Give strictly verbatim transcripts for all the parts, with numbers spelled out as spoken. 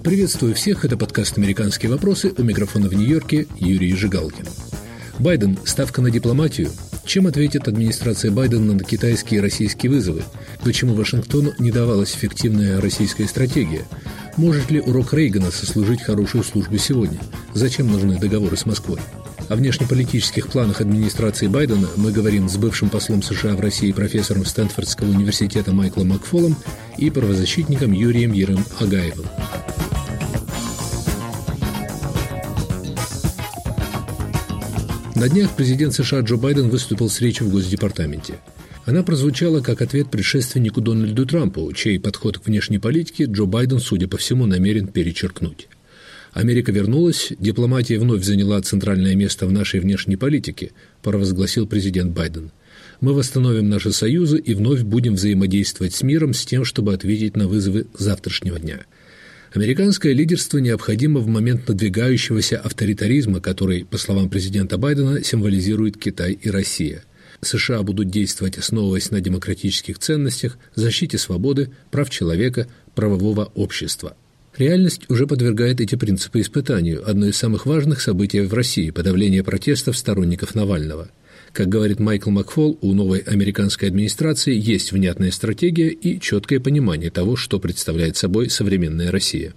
Приветствую всех, это подкаст «Американские вопросы», у микрофона в Нью-Йорке Юрий Жигалкин. Байден – ставка на дипломатию. Чем ответит администрация Байдена на китайские и российские вызовы? Почему Вашингтону не давалась эффективная российская стратегия? Может ли урок Рейгана сослужить хорошую службу сегодня? Зачем нужны договоры с Москвой? О внешнеполитических планах администрации Байдена мы говорим с бывшим послом США в России профессором Стэнфордского университета Майклом Макфолом и правозащитником Юрием Ерым Агаевым. На днях президент США Джо Байден выступил с речью в Госдепартаменте. Она прозвучала как ответ предшественнику Дональду Трампу, чей подход к внешней политике Джо Байден, судя по всему, намерен перечеркнуть. «Америка вернулась, дипломатия вновь заняла центральное место в нашей внешней политике», провозгласил президент Байден. «Мы восстановим наши союзы и вновь будем взаимодействовать с миром с тем, чтобы ответить на вызовы завтрашнего дня». Американское лидерство необходимо в момент надвигающегося авторитаризма, который, по словам президента Байдена, символизирует Китай и Россия. США будут действовать, основываясь на демократических ценностях, защите свободы, прав человека, правового общества. Реальность уже подвергает эти принципы испытанию. Одно из самых важных событий в России – подавление протестов сторонников Навального. Как говорит Майкл Макфол, у новой американской администрации есть внятная стратегия и четкое понимание того, что представляет собой современная Россия.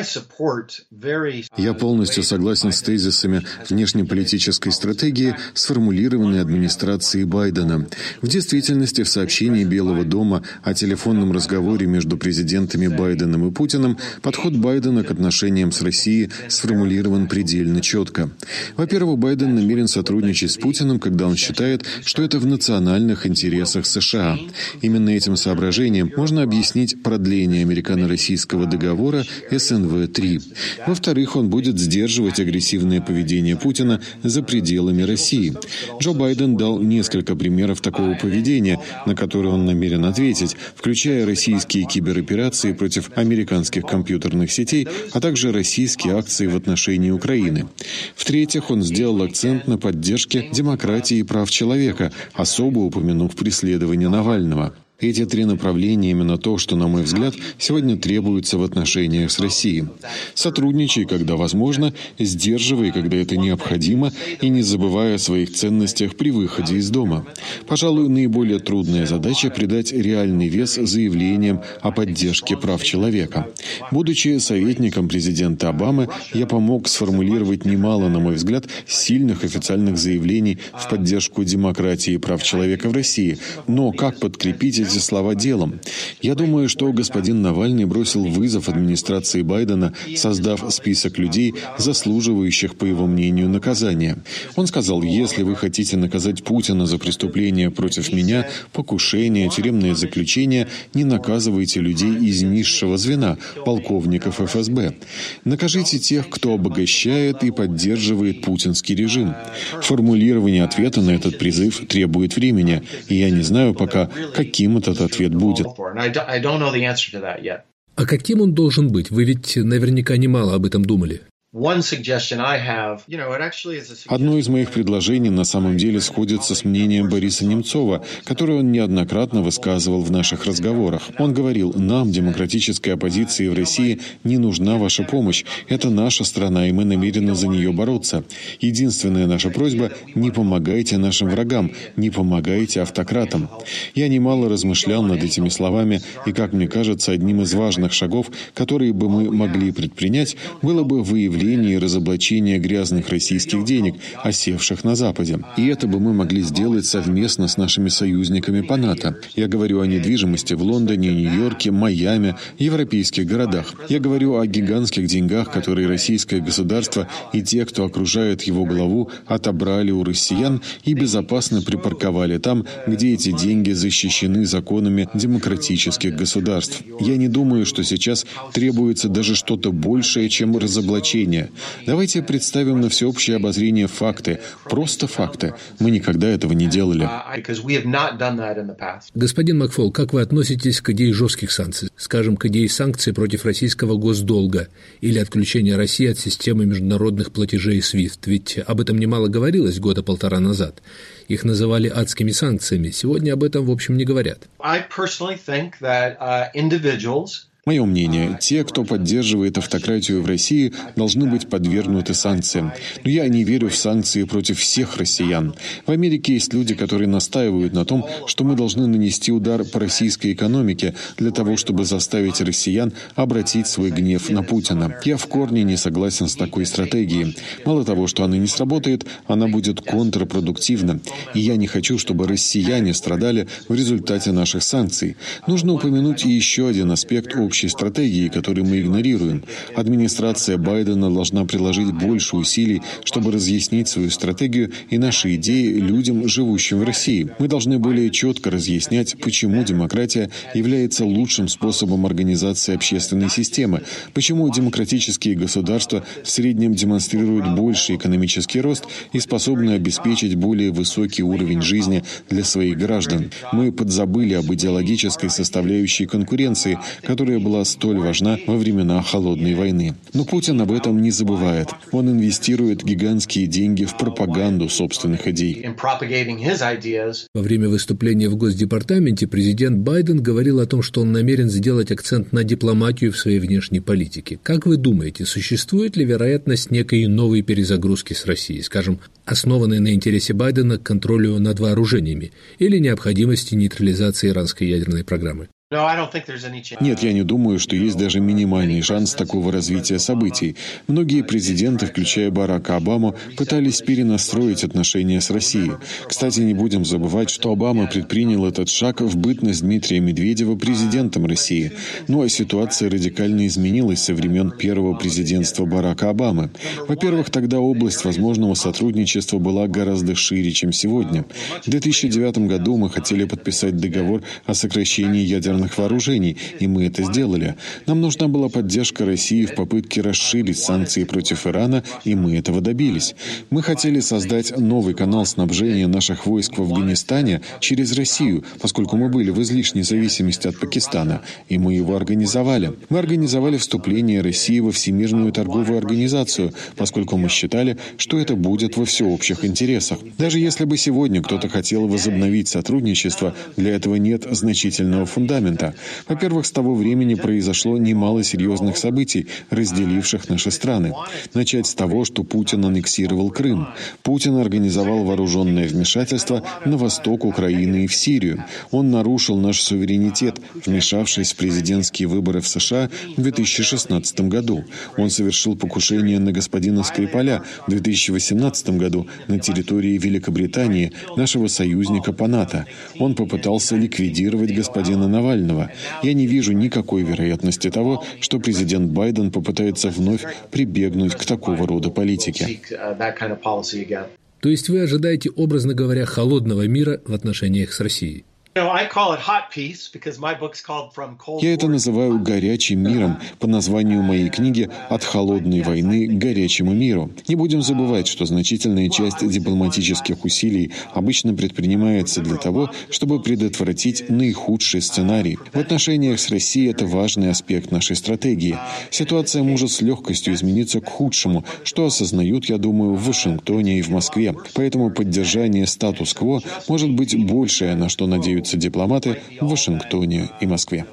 Я полностью согласен с тезисами внешнеполитической стратегии, сформулированной администрацией Байдена. В действительности, в сообщении Белого дома о телефонном разговоре между президентами Байденом и Путиным подход Байдена к отношениям с Россией сформулирован предельно четко. Во-первых, Байден намерен сотрудничать с Путиным, когда он считает, что это в национальных интересах США. Именно этим соображением можно объяснить продление американо-российского договора эс эн вэ три. Во-вторых, он будет сдерживать агрессивное поведение Путина за пределами России. Джо Байден дал несколько примеров такого поведения, на которые он намерен ответить, включая российские кибероперации против американских компьютерных сетей, а также российские акции в отношении Украины. В-третьих, он сделал акцент на поддержке демократии и прав человека, особо упомянув преследование Навального. Эти три направления именно то, что, на мой взгляд, сегодня требуется в отношениях с Россией. Сотрудничай, когда возможно, сдерживай, когда это необходимо, и не забывай о своих ценностях при выходе из дома. Пожалуй, наиболее трудная задача — придать реальный вес заявлениям о поддержке прав человека. Будучи советником президента Обамы, я помог сформулировать немало, на мой взгляд, сильных официальных заявлений в поддержку демократии и прав человека в России. Но как подкрепить эти слова делом? Я думаю, что господин Навальный бросил вызов администрации Байдена, создав список людей, заслуживающих, по его мнению, наказания. Он сказал: если вы хотите наказать Путина за преступления против меня, покушение, тюремное заключение, не наказывайте людей из низшего звена, полковников эф эс бэ. Накажите тех, кто обогащает и поддерживает путинский режим. Формулирование ответа на этот призыв требует времени, и я не знаю пока, каким этот ответ будет. А каким он должен быть? Вы ведь наверняка немало об этом думали. Одно из моих предложений на самом деле сходится с мнением Бориса Немцова, которое он неоднократно высказывал в наших разговорах. Он говорил: нам, демократической оппозиции в России, не нужна ваша помощь. Это наша страна, и мы намерены за нее бороться. Единственная наша просьба — не помогайте нашим врагам, не помогайте автократам. Я немало размышлял над этими словами, и, как мне кажется, одним из важных шагов, которые бы мы могли предпринять, было бы выявление и разоблачение грязных российских денег, осевших на Западе. И это бы мы могли сделать совместно с нашими союзниками по НАТО. Я говорю о недвижимости в Лондоне, Нью-Йорке, Майами, европейских городах. Я говорю о гигантских деньгах, которые российское государство и те, кто окружает его главу, отобрали у россиян и безопасно припарковали там, где эти деньги защищены законами демократических государств. Я не думаю, что сейчас требуется даже что-то большее, чем разоблачение. Давайте представим на всеобщее обозрение факты, просто факты. Мы никогда этого не делали. Господин Макфол, как вы относитесь к идее жестких санкций? Скажем, к идее санкций против российского госдолга или отключения России от системы международных платежей свифт? Ведь об этом немало говорилось года полтора назад. Их называли адскими санкциями. Сегодня об этом, в общем, не говорят. Мое мнение, те, кто поддерживает автократию в России, должны быть подвергнуты санкциям. Но я не верю в санкции против всех россиян. В Америке есть люди, которые настаивают на том, что мы должны нанести удар по российской экономике для того, чтобы заставить россиян обратить свой гнев на Путина. Я в корне не согласен с такой стратегией. Мало того, что она не сработает, она будет контрпродуктивна. И я не хочу, чтобы россияне страдали в результате наших санкций. Нужно упомянуть и еще один аспект общей стратегии, который мы игнорируем. Администрация Байдена должна приложить больше усилий, чтобы разъяснить свою стратегию и наши идеи людям, живущим в России. Мы должны более четко разъяснять, почему демократия является лучшим способом организации общественной системы, почему демократические государства в среднем демонстрируют больший экономический рост и способны обеспечить более высокий уровень жизни для своих граждан. Мы подзабыли об идеологической составляющей конкуренции, которая была столь важна во времена Холодной войны. Но Путин об этом не забывает. Он инвестирует гигантские деньги в пропаганду собственных идей. Во время выступления в Госдепартаменте президент Байден говорил о том, что он намерен сделать акцент на дипломатию в своей внешней политике. Как вы думаете, существует ли вероятность некой новой перезагрузки с Россией, скажем, основанной на интересе Байдена к контролю над вооружениями или необходимости нейтрализации иранской ядерной программы? Нет, я не думаю, что есть даже минимальный шанс такого развития событий. Многие президенты, включая Барака Обаму, пытались перенастроить отношения с Россией. Кстати, не будем забывать, что Обама предпринял этот шаг в бытность Дмитрия Медведева президентом России. Ну а ситуация радикально изменилась со времен первого президентства Барака Обамы. Во-первых, тогда область возможного сотрудничества была гораздо шире, чем сегодня. В две тысячи девятом году мы хотели подписать договор о сокращении ядерных вооружений, и мы это сделали. Нам нужна была поддержка России в попытке расширить санкции против Ирана, и мы этого добились. Мы хотели создать новый канал снабжения наших войск в Афганистане через Россию, поскольку мы были в излишней зависимости от Пакистана, и мы его организовали. Мы организовали вступление России во Всемирную торговую организацию, поскольку мы считали, что это будет во всеобщих интересах. Даже если бы сегодня кто-то хотел возобновить сотрудничество, для этого нет значительного фундамента. Во-первых, с того времени произошло немало серьезных событий, разделивших наши страны. Начать с того, что Путин аннексировал Крым. Путин организовал вооруженное вмешательство на восток Украины и в Сирию. Он нарушил наш суверенитет, вмешавшись в президентские выборы в США в две тысячи шестнадцатом году. Он совершил покушение на господина Скрипаля в две тысячи восемнадцатом году на территории Великобритании, нашего союзника по НАТО. Он попытался ликвидировать господина Навального. Я не вижу никакой вероятности того, что президент Байден попытается вновь прибегнуть к такого рода политике. То есть вы ожидаете, образно говоря, холодного мира в отношениях с Россией? Я это называю горячим миром по названию моей книги «От холодной войны к горячему миру». Не будем забывать, что значительная часть дипломатических усилий обычно предпринимается для того, чтобы предотвратить наихудший сценарий. В отношениях с Россией это важный аспект нашей стратегии. Ситуация может с легкостью измениться к худшему, что осознают, я думаю, в Вашингтоне и в Москве. Поэтому поддержание статус-кво может быть большее, на что надеются дипломаты в Вашингтоне и Москве.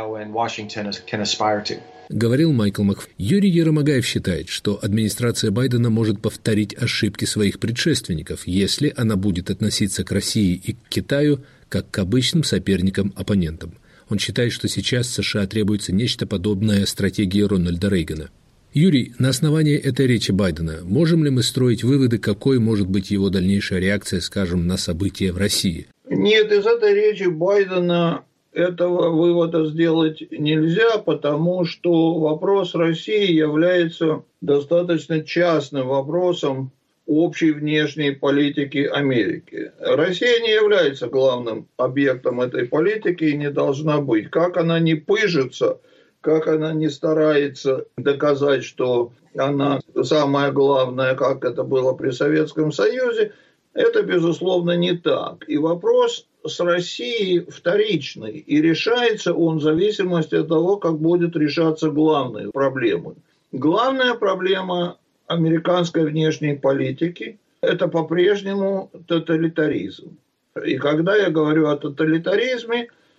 Говорил Майкл Макфей. Юрий Еромагаев считает, что администрация Байдена может повторить ошибки своих предшественников, если она будет относиться к России и к Китаю как к обычным соперникам-оппонентам. Он считает, что сейчас США требуется нечто подобное стратегии Рональда Рейгана. Юрий, на основании этой речи Байдена можем ли мы строить выводы, какой может быть его дальнейшая реакция, скажем, на события в России? Нет, из этой речи Байдена этого вывода сделать нельзя, потому что вопрос России является достаточно частным вопросом общей внешней политики Америки. Россия не является главным объектом этой политики и не должна быть. Как она не пыжится, как она не старается доказать, что она самое главное, как это было при Советском Союзе, это, безусловно, не так. И вопрос с Россией вторичный. И решается он в зависимости от того, как будут решаться главные проблемы. Главная проблема американской внешней политики – это по-прежнему тоталитаризм. И когда я говорю о тоталитаризме,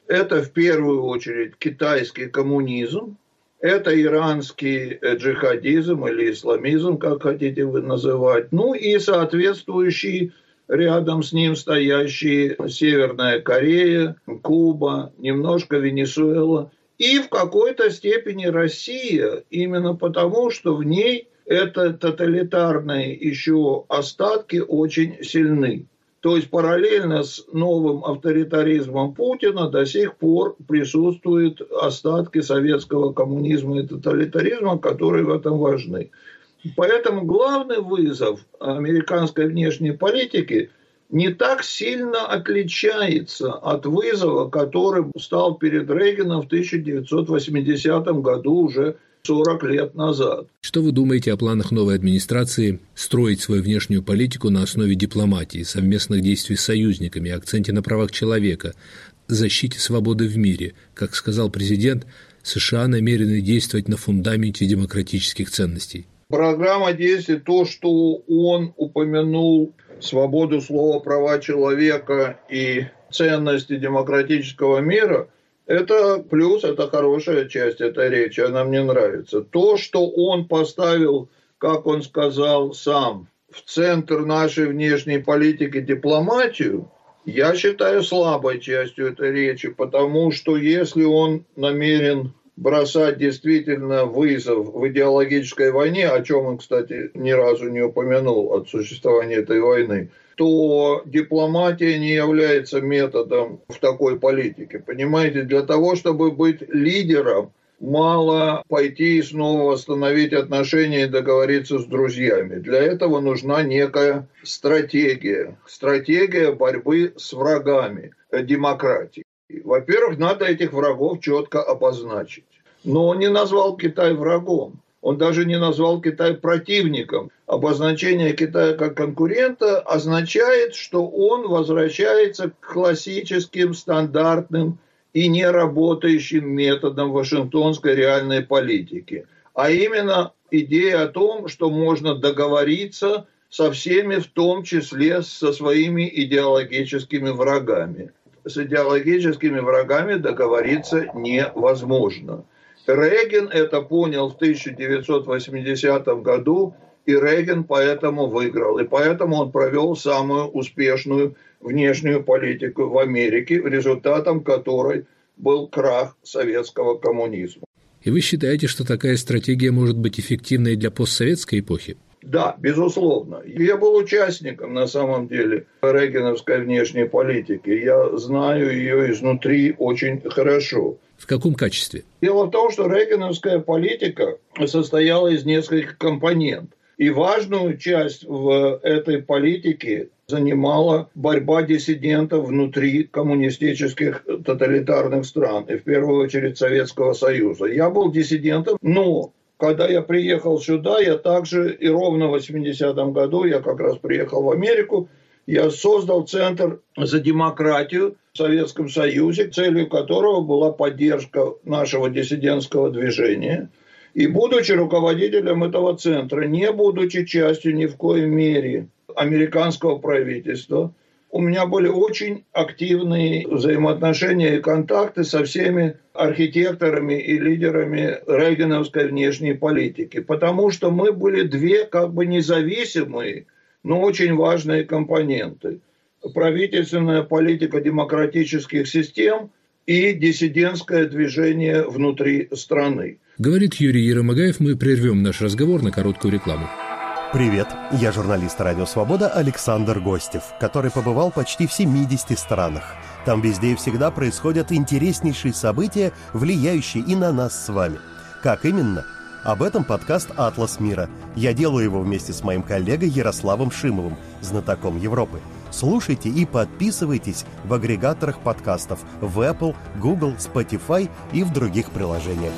Это в первую очередь китайский коммунизм, это иранский джихадизм или исламизм, как хотите вы называть, ну и соответствующий рядом с ним стоящие Северная Корея, Куба, немножко Венесуэла и в какой-то степени Россия, именно потому, что в ней это тоталитарные еще остатки очень сильны. То есть параллельно с новым авторитаризмом Путина до сих пор присутствуют остатки советского коммунизма и тоталитаризма, которые в этом важны. Поэтому главный вызов американской внешней политики не так сильно отличается от вызова, который стал перед Рейганом в тысяча девятьсот восьмидесятом году, уже сорок лет назад. Что вы думаете о планах новой администрации строить свою внешнюю политику на основе дипломатии, совместных действий с союзниками, акценте на правах человека, защите свободы в мире? Как сказал президент, США намерены действовать на фундаменте демократических ценностей. Программа действий, то, что он упомянул свободу слова, права человека и ценности демократического мира, это плюс, это хорошая часть этой речи, она мне нравится. То, что он поставил, как он сказал сам, в центр нашей внешней политики дипломатию, я считаю слабой частью этой речи, потому что если он намерен бросать действительно вызов в идеологической войне, о чем он, кстати, ни разу не упомянул от существования этой войны, то дипломатия не является методом в такой политике. Понимаете, для того, чтобы быть лидером, мало пойти и снова восстановить отношения и договориться с друзьями. Для этого нужна некая стратегия. Стратегия борьбы с врагами демократии. Во-первых, надо этих врагов четко обозначить. Но он не назвал Китай врагом. Он даже не назвал Китай противником. Обозначение Китая как конкурента означает, что он возвращается к классическим, стандартным и неработающим методам вашингтонской реальной политики. А именно идея о том, что можно договориться со всеми, в том числе со своими идеологическими врагами. С идеологическими врагами договориться невозможно. Рейган это понял в тысяча девятьсот восьмидесятом году, и Рейган поэтому выиграл. И поэтому он провел самую успешную внешнюю политику в Америке, результатом которой был крах советского коммунизма. И вы считаете, что такая стратегия может быть эффективной для постсоветской эпохи? Да, безусловно. Я был участником, на самом деле, рейгановской внешней политики. Я знаю ее изнутри очень хорошо. В каком качестве? Дело в том, что рейгановская политика состояла из нескольких компонентов. И важную часть в этой политике занимала борьба диссидентов внутри коммунистических тоталитарных стран, и в первую очередь Советского Союза. Я был диссидентом, но когда я приехал сюда, я также и ровно в восьмидесятом году, я как раз приехал в Америку, я создал Центр за демократию в Советском Союзе, целью которого была поддержка нашего диссидентского движения. И будучи руководителем этого центра, не будучи частью ни в коей мере американского правительства, у меня были очень активные взаимоотношения и контакты со всеми архитекторами и лидерами рейгановской внешней политики, потому что мы были две как бы независимые, но очень важные компоненты. Правительственная политика демократических систем и диссидентское движение внутри страны. Говорит Юрий Еромагаев, мы прервем наш разговор на короткую рекламу. Привет, я журналист «Радио Свобода» Александр Гостев, который побывал почти в семидесяти странах. Там везде и всегда происходят интереснейшие события, влияющие и на нас с вами. Как именно? Об этом подкаст «Атлас мира». Я делаю его вместе с моим коллегой Ярославом Шимовым, знатоком Европы. Слушайте и подписывайтесь в агрегаторах подкастов в Apple, Google, Spotify и в других приложениях.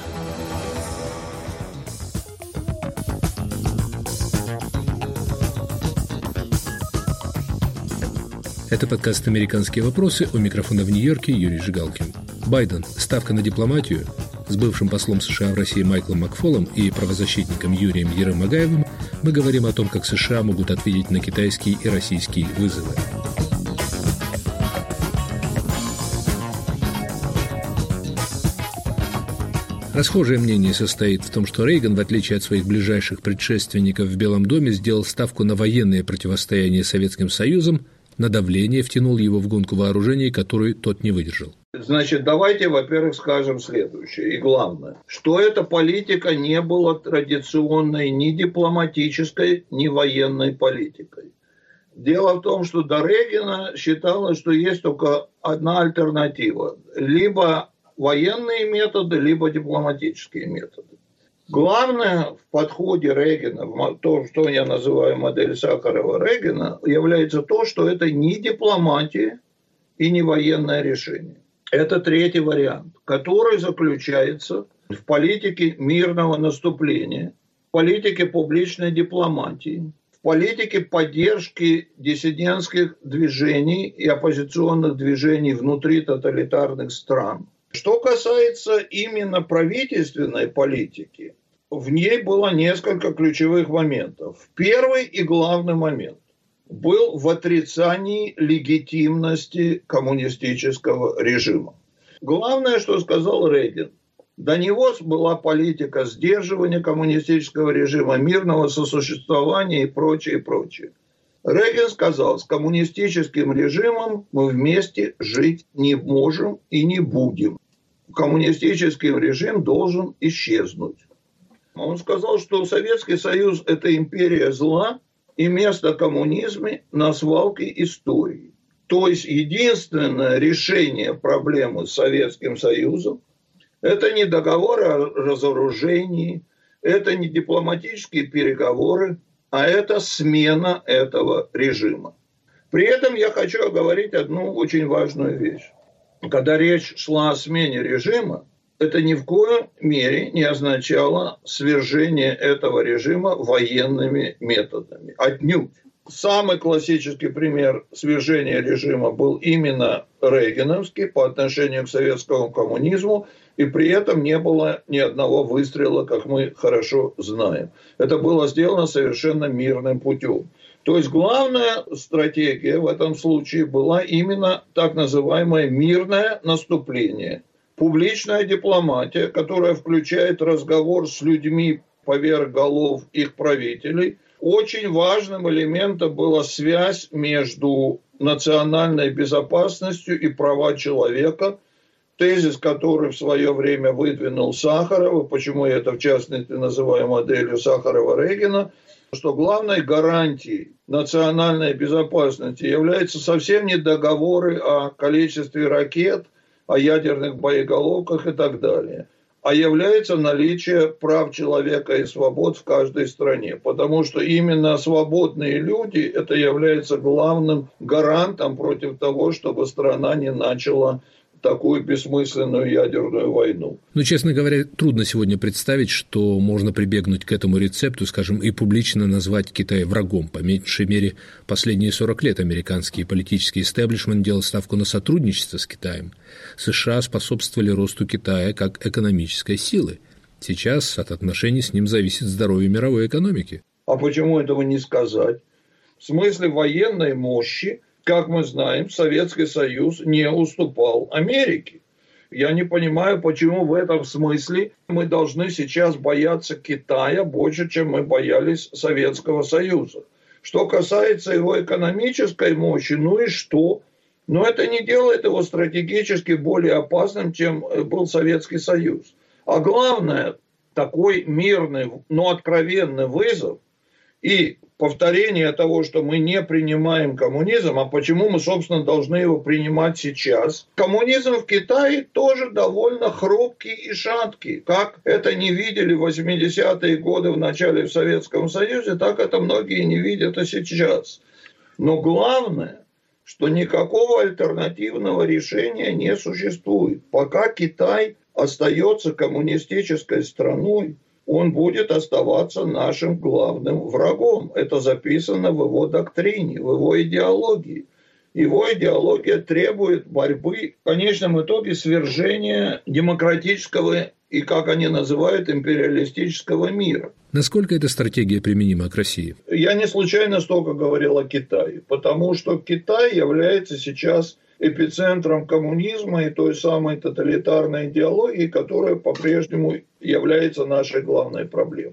Это подкаст «Американские вопросы», у микрофона в Нью-Йорке Юрий Жигалкин. Байден. Ставка на дипломатию. С бывшим послом США в России Майклом Макфолом и правозащитником Юрием Еромагаевым мы говорим о том, как США могут ответить на китайские и российские вызовы. Расхожее мнение состоит в том, что Рейган, в отличие от своих ближайших предшественников в Белом доме, сделал ставку на военное противостояние с Советским Союзом, на давление втянул его в гонку вооружений, которую тот не выдержал. Значит, давайте, во-первых, скажем следующее, и главное, что эта политика не была традиционной ни дипломатической, ни военной политикой. Дело в том, что до Рейгана считалось, что есть только одна альтернатива. Либо военные методы, либо дипломатические методы. Главное в подходе Рейгана, то, что я называю модель Сахарова-Рейгана, является то, что это не дипломатия и не военное решение. Это третий вариант, который заключается в политике мирного наступления, в политике публичной дипломатии, в политике поддержки диссидентских движений и оппозиционных движений внутри тоталитарных стран. Что касается именно правительственной политики, в ней было несколько ключевых моментов. Первый и главный момент был в отрицании легитимности коммунистического режима. Главное, что сказал Рейган, до него была политика сдерживания коммунистического режима, мирного сосуществования и прочее, и прочее. Рейган сказал, с коммунистическим режимом мы вместе жить не можем и не будем. Коммунистический режим должен исчезнуть. Он сказал, что Советский Союз – это империя зла, и место коммунизма на свалке истории. То есть единственное решение проблемы с Советским Союзом – это не договор о разоружении, это не дипломатические переговоры, а это смена этого режима. При этом я хочу оговорить одну очень важную вещь. Когда речь шла о смене режима, это ни в коей мере не означало свержение этого режима военными методами. Отнюдь. Самый классический пример свержения режима был именно рейгановский по отношению к советскому коммунизму, и при этом не было ни одного выстрела, как мы хорошо знаем. Это было сделано совершенно мирным путем. То есть главная стратегия в этом случае была именно так называемое мирное наступление. Публичная дипломатия, которая включает разговор с людьми поверх голов их правителей. Очень важным элементом была связь между национальной безопасностью и права человека, тезис, который в свое время выдвинул Сахаров, почему я это в частности называю моделью Сахарова-Рейгана, что главной гарантией национальной безопасности являются совсем не договоры о количестве ракет, о ядерных боеголовках и так далее, а является наличие прав человека и свобод в каждой стране. Потому что именно свободные люди – это является главным гарантом против того, чтобы страна не начала такую бессмысленную ядерную войну. Ну, честно говоря, трудно сегодня представить, что можно прибегнуть к этому рецепту, скажем, и публично назвать Китай врагом. По меньшей мере, последние сорок лет американский политический истеблишмент делал ставку на сотрудничество с Китаем. США способствовали росту Китая как экономической силы. Сейчас от отношений с ним зависит здоровье мировой экономики. А почему этого не сказать? В смысле военной мощи, как мы знаем, Советский Союз не уступал Америке. Я не понимаю, почему в этом смысле мы должны сейчас бояться Китая больше, чем мы боялись Советского Союза. Что касается его экономической мощи, ну и что? Но это не делает его стратегически более опасным, чем был Советский Союз. А главное, такой мирный, но откровенный вызов и повторение того, что мы не принимаем коммунизм, а почему мы, собственно, должны его принимать сейчас. Коммунизм в Китае тоже довольно хрупкий и шаткий. Как это не видели в восьмидесятые годы в начале в Советском Союзе, так это многие не видят и сейчас. Но главное, что никакого альтернативного решения не существует. Пока Китай остается коммунистической страной, он будет оставаться нашим главным врагом. Это записано в его доктрине, в его идеологии. Его идеология требует борьбы, в конечном итоге, свержения демократического и, как они называют, империалистического мира. Насколько эта стратегия применима к России? Я не случайно столько говорил о Китае, потому что Китай является сейчас эпицентром коммунизма и той самой тоталитарной идеологии, которая по-прежнему является нашей главной проблемой.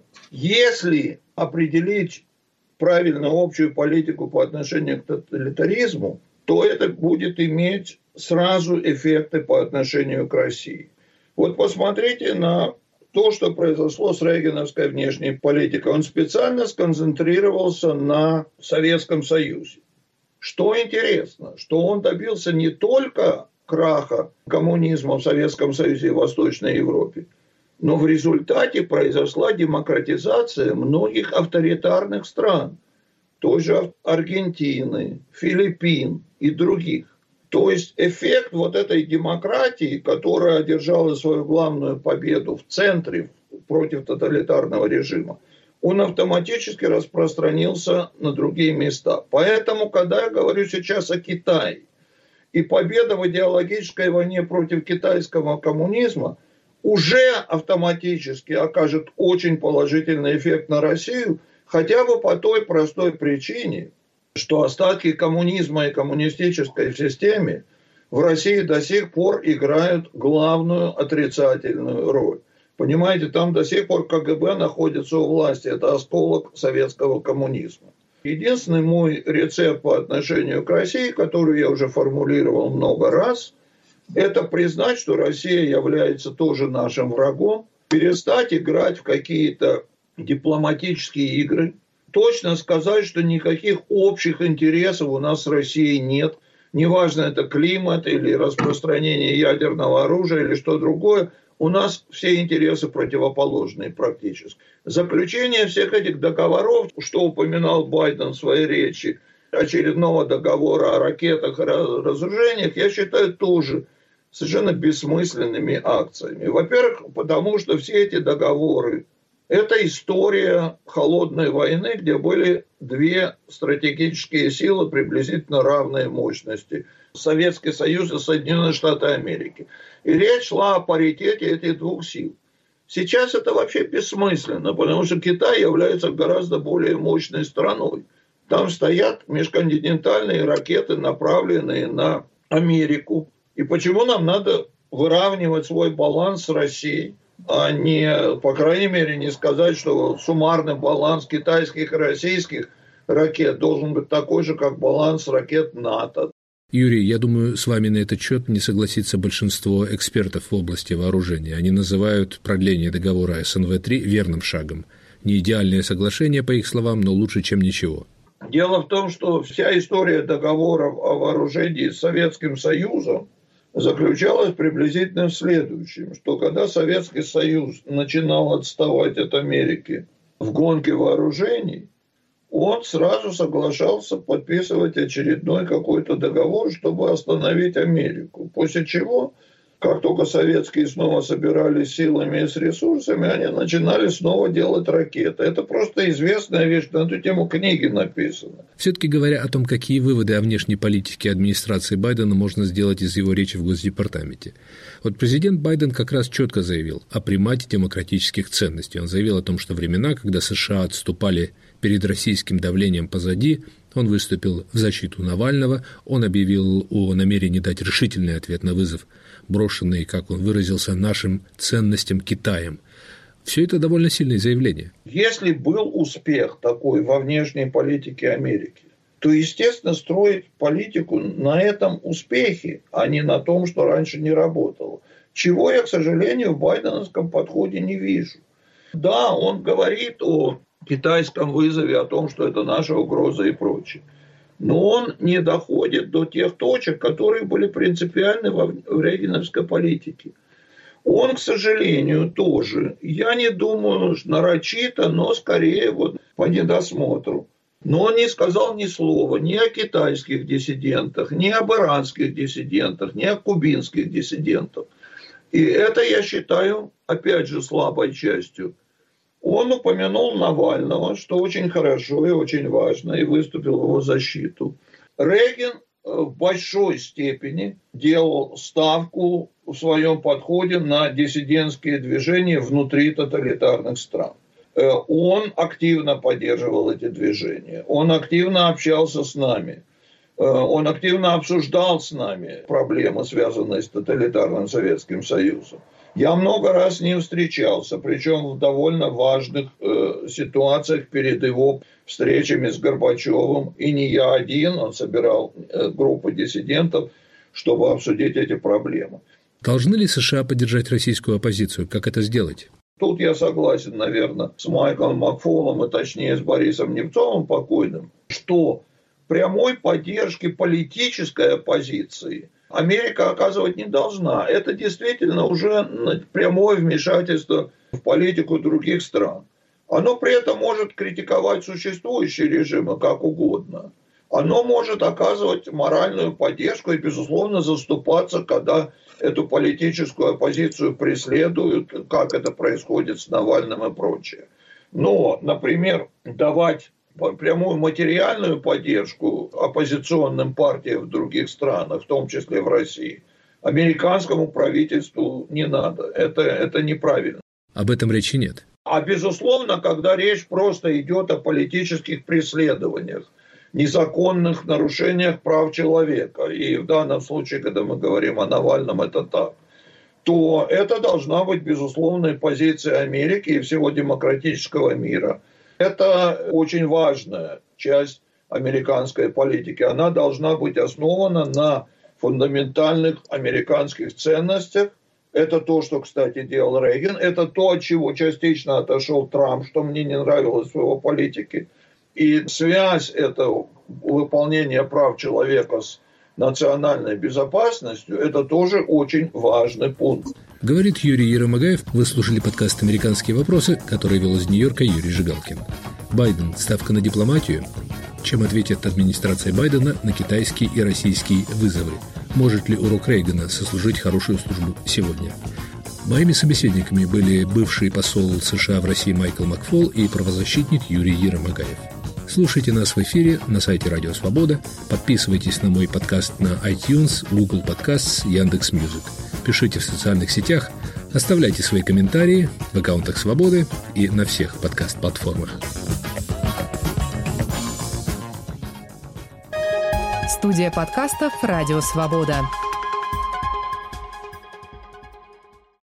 Если определить правильную общую политику по отношению к тоталитаризму, то это будет иметь сразу эффекты по отношению к России. Вот посмотрите на то, что произошло с рейгановской внешней политикой. Он специально сконцентрировался на Советском Союзе. Что интересно, что он добился не только краха коммунизма в Советском Союзе и Восточной Европе, но в результате произошла демократизация многих авторитарных стран, той же Аргентины, Филиппин и других. То есть эффект вот этой демократии, которая одержала свою главную победу в центре против тоталитарного режима, он автоматически распространился на другие места. Поэтому, когда я говорю сейчас о Китае, и победа в идеологической войне против китайского коммунизма уже автоматически окажет очень положительный эффект на Россию, хотя бы по той простой причине, что остатки коммунизма и коммунистической системы в России до сих пор играют главную отрицательную роль. Понимаете, там до сих пор ка гэ бэ находится у власти, это осколок советского коммунизма. Единственный мой рецепт по отношению к России, который я уже формулировал много раз, это признать, что Россия является тоже нашим врагом, перестать играть в какие-то дипломатические игры, точно сказать, что никаких общих интересов у нас с Россией нет. Неважно, это климат или распространение ядерного оружия или что другое, у нас все интересы противоположные практически. Заключение всех этих договоров, что упоминал Байден в своей речи, очередного договора о ракетах и разоружениях, я считаю тоже совершенно бессмысленными акциями. Во-первых, потому что все эти договоры – это история холодной войны, где были две стратегические силы приблизительно равной мощности – Советский Союз и Соединенные Штаты Америки. И речь шла о паритете этих двух сил. Сейчас это вообще бессмысленно, потому что Китай является гораздо более мощной страной. Там стоят межконтинентальные ракеты, направленные на Америку. И почему нам надо выравнивать свой баланс с Россией, а не, по крайней мере, не сказать, что суммарный баланс китайских и российских ракет должен быть такой же, как баланс ракет НАТО. Юрий, я думаю, с вами на этот счет не согласится большинство экспертов в области вооружения. Они называют продление договора эс эн вэ три верным шагом. Не идеальное соглашение, по их словам, но лучше, чем ничего. Дело в том, что вся история договоров о вооружении с Советским Союзом заключалась приблизительно в следующем, что когда Советский Союз начинал отставать от Америки в гонке вооружений, он сразу соглашался подписывать очередной какой-то договор, чтобы остановить Америку. После чего, как только советские снова собирались силами и с ресурсами, они начинали снова делать ракеты. Это просто известная вещь, на эту тему книги написаны. Все-таки говоря о том, какие выводы о внешней политике администрации Байдена можно сделать из его речи в Госдепартаменте. Вот президент Байден как раз четко заявил о примате демократических ценностей. Он заявил о том, что времена, когда США отступали перед российским давлением позади, он выступил в защиту Навального, он объявил о намерении дать решительный ответ на вызов, брошенный, как он выразился, нашим ценностям Китаем. Все это довольно сильное заявление. Если был успех такой во внешней политике Америки, то, естественно, строить политику на этом успехе, а не на том, что раньше не работало. Чего я, к сожалению, в байденовском подходе не вижу. Да, он говорит о китайском вызове, о том, что это наша угроза и прочее. Но он не доходит до тех точек, которые были принципиальны в рейгановской политике. Он, к сожалению, тоже, я не думаю, нарочито, но скорее вот по недосмотру. Но он не сказал ни слова ни о китайских диссидентах, ни об иранских диссидентах, ни о кубинских диссидентах. И это, я считаю, опять же, слабой частью. Он упомянул Навального, что очень хорошо и очень важно, и выступил в его защиту. Рейган в большой степени делал ставку в своем подходе на диссидентские движения внутри тоталитарных стран. Он активно поддерживал эти движения, он активно общался с нами. Он активно обсуждал с нами проблемы, связанные с тоталитарным Советским Союзом. Я много раз с ним встречался, причем в довольно важных э, ситуациях перед его встречами с Горбачевым. И не я один, он собирал э, группу диссидентов, чтобы обсудить эти проблемы. Должны ли США поддержать российскую оппозицию? Как это сделать? Тут я согласен, наверное, с Майклом Макфолом, и точнее с Борисом Немцовым покойным, что прямой поддержки политической оппозиции Америка оказывать не должна. Это действительно уже прямое вмешательство в политику других стран. Оно при этом может критиковать существующие режимы как угодно. Оно может оказывать моральную поддержку и, безусловно, заступаться, когда эту политическую оппозицию преследуют, как это происходит с Навальным и прочее. Но, например, давать прямую материальную поддержку оппозиционным партиям в других странах, в том числе в России, американскому правительству не надо. Это, это неправильно. Об этом речи нет. А безусловно, когда речь просто идет о политических преследованиях, незаконных нарушениях прав человека, и в данном случае, когда мы говорим о Навальном, это так, то это должна быть безусловная позиция Америки и всего демократического мира. Это очень важная часть американской политики. Она должна быть основана на фундаментальных американских ценностях. Это то, что, кстати, делал Рейган. Это то, от чего частично отошел Трамп, что мне не нравилось в его политике. И связь этого выполнения прав человека с национальной безопасностью – это тоже очень важный пункт. Говорит Юрий Ермагаев. Вы слушали подкаст «Американские вопросы», который вел из Нью-Йорка Юрий Жигалкин. Байден – ставка на дипломатию? Чем ответит администрация Байдена на китайские и российские вызовы? Может ли урок Рейгана сослужить хорошую службу сегодня? Моими собеседниками были бывший посол США в России Майкл Макфол и правозащитник Юрий Ермагаев. Слушайте нас в эфире на сайте Радио Свобода, подписывайтесь на мой подкаст на iTunes, Google Podcasts, Яндекс.Мьюзик. Пишите в социальных сетях, оставляйте свои комментарии в аккаунтах Свободы и на всех подкаст-платформах. Студия подкастов «Радио Свобода».